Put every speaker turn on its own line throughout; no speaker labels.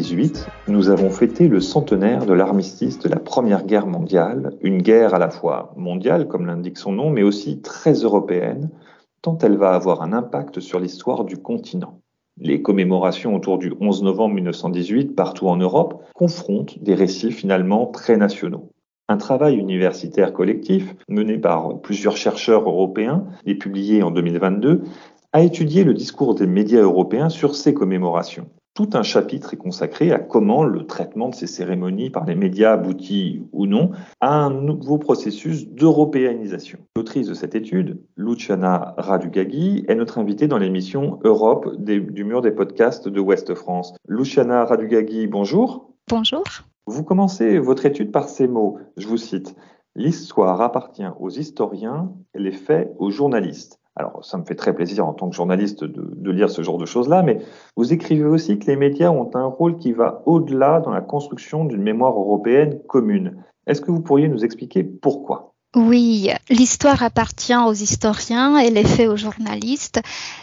2018, nous avons fêté le centenaire de l'armistice de la Première Guerre mondiale, une guerre à la fois mondiale, comme l'indique son nom, mais aussi très européenne, tant elle va avoir un impact sur l'histoire du continent. Les commémorations autour du 11 novembre 1918, partout en Europe, confrontent des récits finalement très nationaux. Un travail universitaire collectif, mené par plusieurs chercheurs européens et publié en 2022, a étudié le discours des médias européens sur ces commémorations. Tout un chapitre est consacré à comment le traitement de ces cérémonies par les médias aboutit ou non à un nouveau processus d'européanisation. L'autrice de cette étude, Luciana Radugagi, est notre invitée dans l'émission Europe du mur des podcasts de Ouest France. Luciana Radugagi, bonjour.
Bonjour.
Vous commencez votre étude par ces mots, je vous cite, « L'histoire appartient aux historiens, les faits aux journalistes ». Alors, ça me fait très plaisir en tant que journaliste de lire ce genre de choses-là, mais vous écrivez aussi que les médias ont un rôle qui va au-delà dans la construction d'une mémoire européenne commune. Est-ce que vous pourriez nous expliquer pourquoi ?
Oui, l'histoire appartient aux historiens et les faits aux journalistes.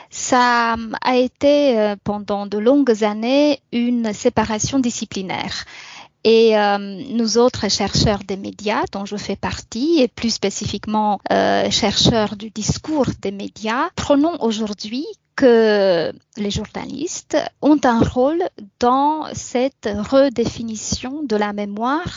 Ça a été pendant de longues années une séparation disciplinaire. Et nous autres chercheurs des médias, dont je fais partie, et plus spécifiquement chercheurs du discours des médias, prenons aujourd'hui que les journalistes ont un rôle dans cette redéfinition de la mémoire,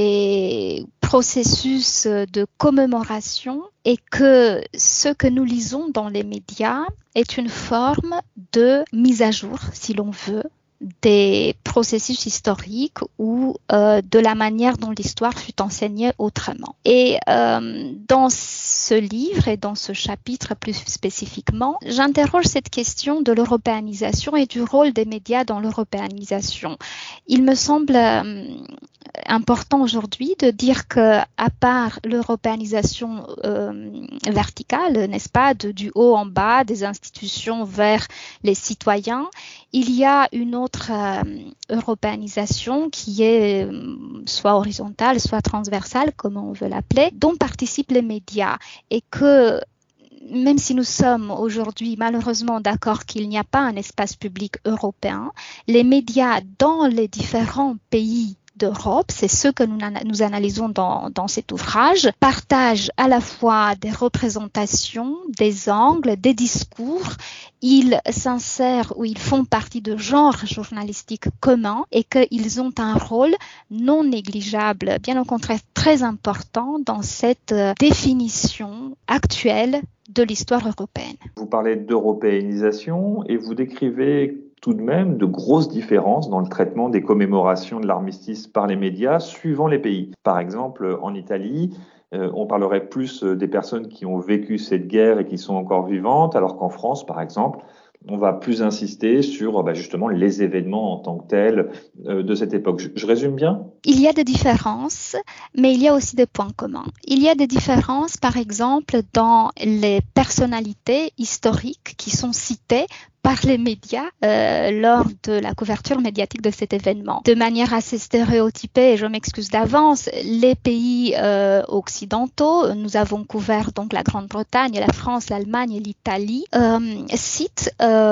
des processus de commémoration, et que ce que nous lisons dans les médias est une forme de mise à jour, si l'on veut, des processus historiques ou de la manière dont l'histoire fut enseignée autrement. Et dans ce livre et dans ce chapitre plus spécifiquement, j'interroge cette question de l'européanisation et du rôle des médias dans l'européanisation. Il me semble important aujourd'hui de dire que, à part l'européanisation verticale, n'est-ce pas, du haut en bas, des institutions vers les citoyens, il y a une autre européanisation qui est soit horizontale, soit transversale, comme on veut l'appeler, dont participent les médias, et que même si nous sommes aujourd'hui malheureusement d'accord qu'il n'y a pas un espace public européen, les médias dans les différents pays d'Europe, c'est ce que nous analysons dans cet ouvrage, partagent à la fois des représentations, des angles, des discours. Ils s'insèrent ou ils font partie de genres journalistiques communs et qu'ils ont un rôle non négligeable, bien au contraire très important dans cette définition actuelle de l'histoire européenne.
Vous parlez d'européanisation et vous décrivez tout de même de grosses différences dans le traitement des commémorations de l'armistice par les médias suivant les pays. Par exemple, en Italie, on parlerait plus des personnes qui ont vécu cette guerre et qui sont encore vivantes, alors qu'en France, par exemple, on va plus insister sur justement les événements en tant que tels de cette époque. Je résume bien ?
Il y a des différences, mais il y a aussi des points communs. Il y a des différences, par exemple, dans les personnalités historiques qui sont citées par les médias lors de la couverture médiatique de cet événement. De manière assez stéréotypée, et je m'excuse d'avance, les pays occidentaux, nous avons couvert donc la Grande-Bretagne, la France, l'Allemagne et l'Italie, citent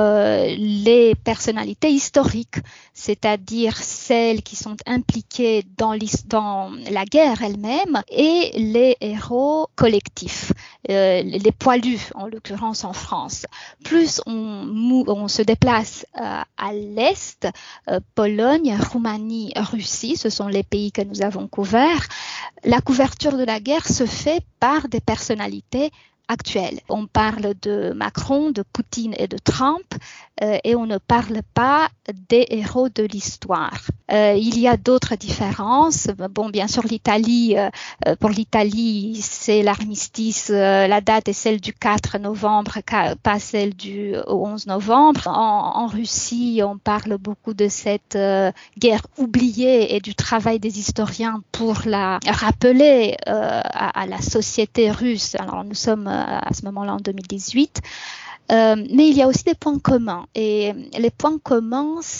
les personnalités historiques, c'est-à-dire celles qui sont impliquées dans la guerre elle-même, et les héros collectifs, les poilus en l'occurrence en France. Plus on se déplace à l'Est, Pologne, Roumanie, Russie, ce sont les pays que nous avons couverts. La couverture de la guerre se fait par des personnalités actuelles. On parle de Macron, de Poutine et de Trump et on ne parle pas des héros de l'histoire. Il y a d'autres différences. Bon, bien sûr, l'Italie, pour l'Italie, c'est l'armistice, la date est celle du 4 novembre, pas celle du 11 novembre. En Russie, on parle beaucoup de cette guerre oubliée et du travail des historiens pour la rappeler à la société russe. Alors, nous sommes à ce moment-là en 2018. Mais il y a aussi des points communs. Et les points communs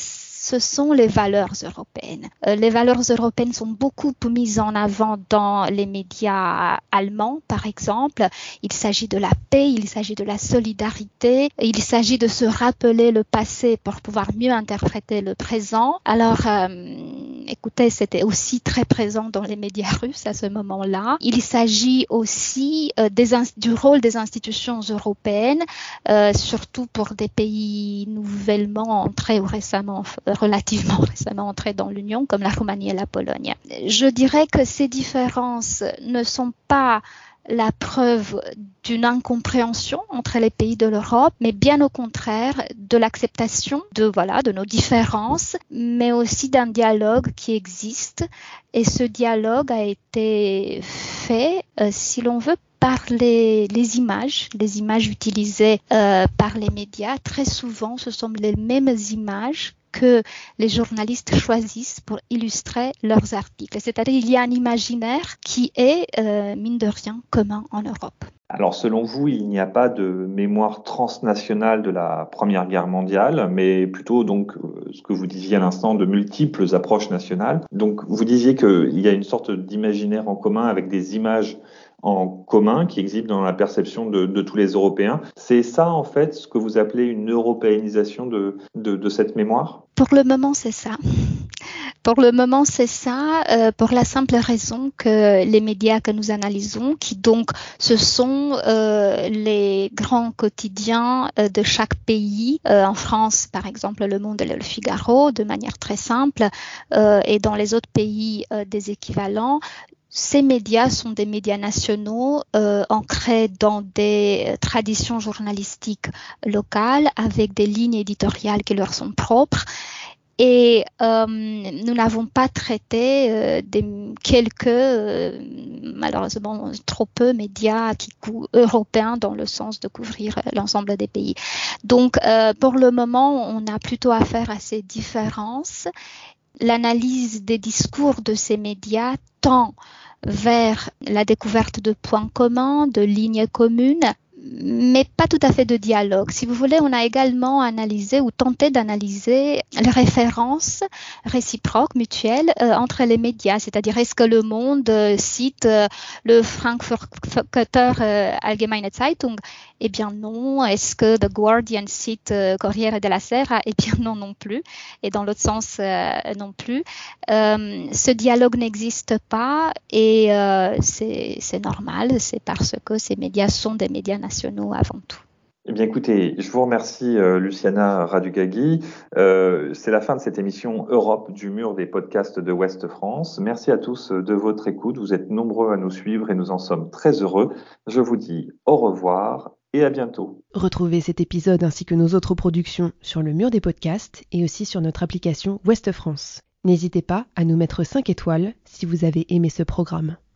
ce sont les valeurs européennes. Les valeurs européennes sont beaucoup mises en avant dans les médias allemands, par exemple. Il s'agit de la paix, il s'agit de la solidarité, il s'agit de se rappeler le passé pour pouvoir mieux interpréter le présent. Alors, écoutez, c'était aussi très présent dans les médias russes à ce moment-là. Il s'agit aussi du rôle des institutions européennes, surtout pour des pays nouvellement entrés ou relativement récemment entrés dans l'Union, comme la Roumanie et la Pologne. Je dirais que ces différences ne sont pas la preuve d'une incompréhension entre les pays de l'Europe, mais bien au contraire de l'acceptation de nos différences, mais aussi d'un dialogue qui existe. Et ce dialogue a été fait, si l'on veut, par les images utilisées par les médias. Très souvent, ce sont les mêmes images que les journalistes choisissent pour illustrer leurs articles. C'est-à-dire qu'il y a un imaginaire qui est, mine de rien, commun en Europe.
Alors, selon vous, il n'y a pas de mémoire transnationale de la Première Guerre mondiale, mais plutôt, donc, ce que vous disiez à l'instant, de multiples approches nationales. Donc, vous disiez qu'il y a une sorte d'imaginaire en commun avec des images en commun qui existent dans la perception de tous les Européens. C'est ça, en fait, ce que vous appelez une européanisation de cette mémoire ?
Pour le moment, c'est ça. Pour le moment, c'est ça, pour la simple raison que les médias que nous analysons, qui donc ce sont les grands quotidiens de chaque pays, en France par exemple Le Monde et Le Figaro, de manière très simple, et dans les autres pays des équivalents, ces médias sont des médias nationaux ancrés dans des traditions journalistiques locales avec des lignes éditoriales qui leur sont propres. Et nous n'avons pas traité malheureusement trop peu médias européens dans le sens de couvrir l'ensemble des pays. Donc pour le moment, on a plutôt affaire à ces différences. L'analyse des discours de ces médias tend vers la découverte de points communs, de lignes communes, mais pas tout à fait de dialogue. Si vous voulez, on a également analysé ou tenté d'analyser les références réciproques, mutuelles, entre les médias. C'est-à-dire, est-ce que Le Monde cite le Frankfurter Allgemeine Zeitung? Eh bien non. Est-ce que The Guardian cite Corriere della Sera? Eh bien non plus. Et dans l'autre sens, non plus. Ce dialogue n'existe pas et c'est normal. C'est parce que ces médias sont des médias nationaux avant tout.
Eh bien, écoutez, je vous remercie, Luciana Radugagi. C'est la fin de cette émission Europe du mur des podcasts de Ouest France. Merci à tous de votre écoute. Vous êtes nombreux à nous suivre et nous en sommes très heureux. Je vous dis au revoir et à bientôt.
Retrouvez cet épisode ainsi que nos autres productions sur le mur des podcasts et aussi sur notre application Ouest France. N'hésitez pas à nous mettre 5 étoiles si vous avez aimé ce programme.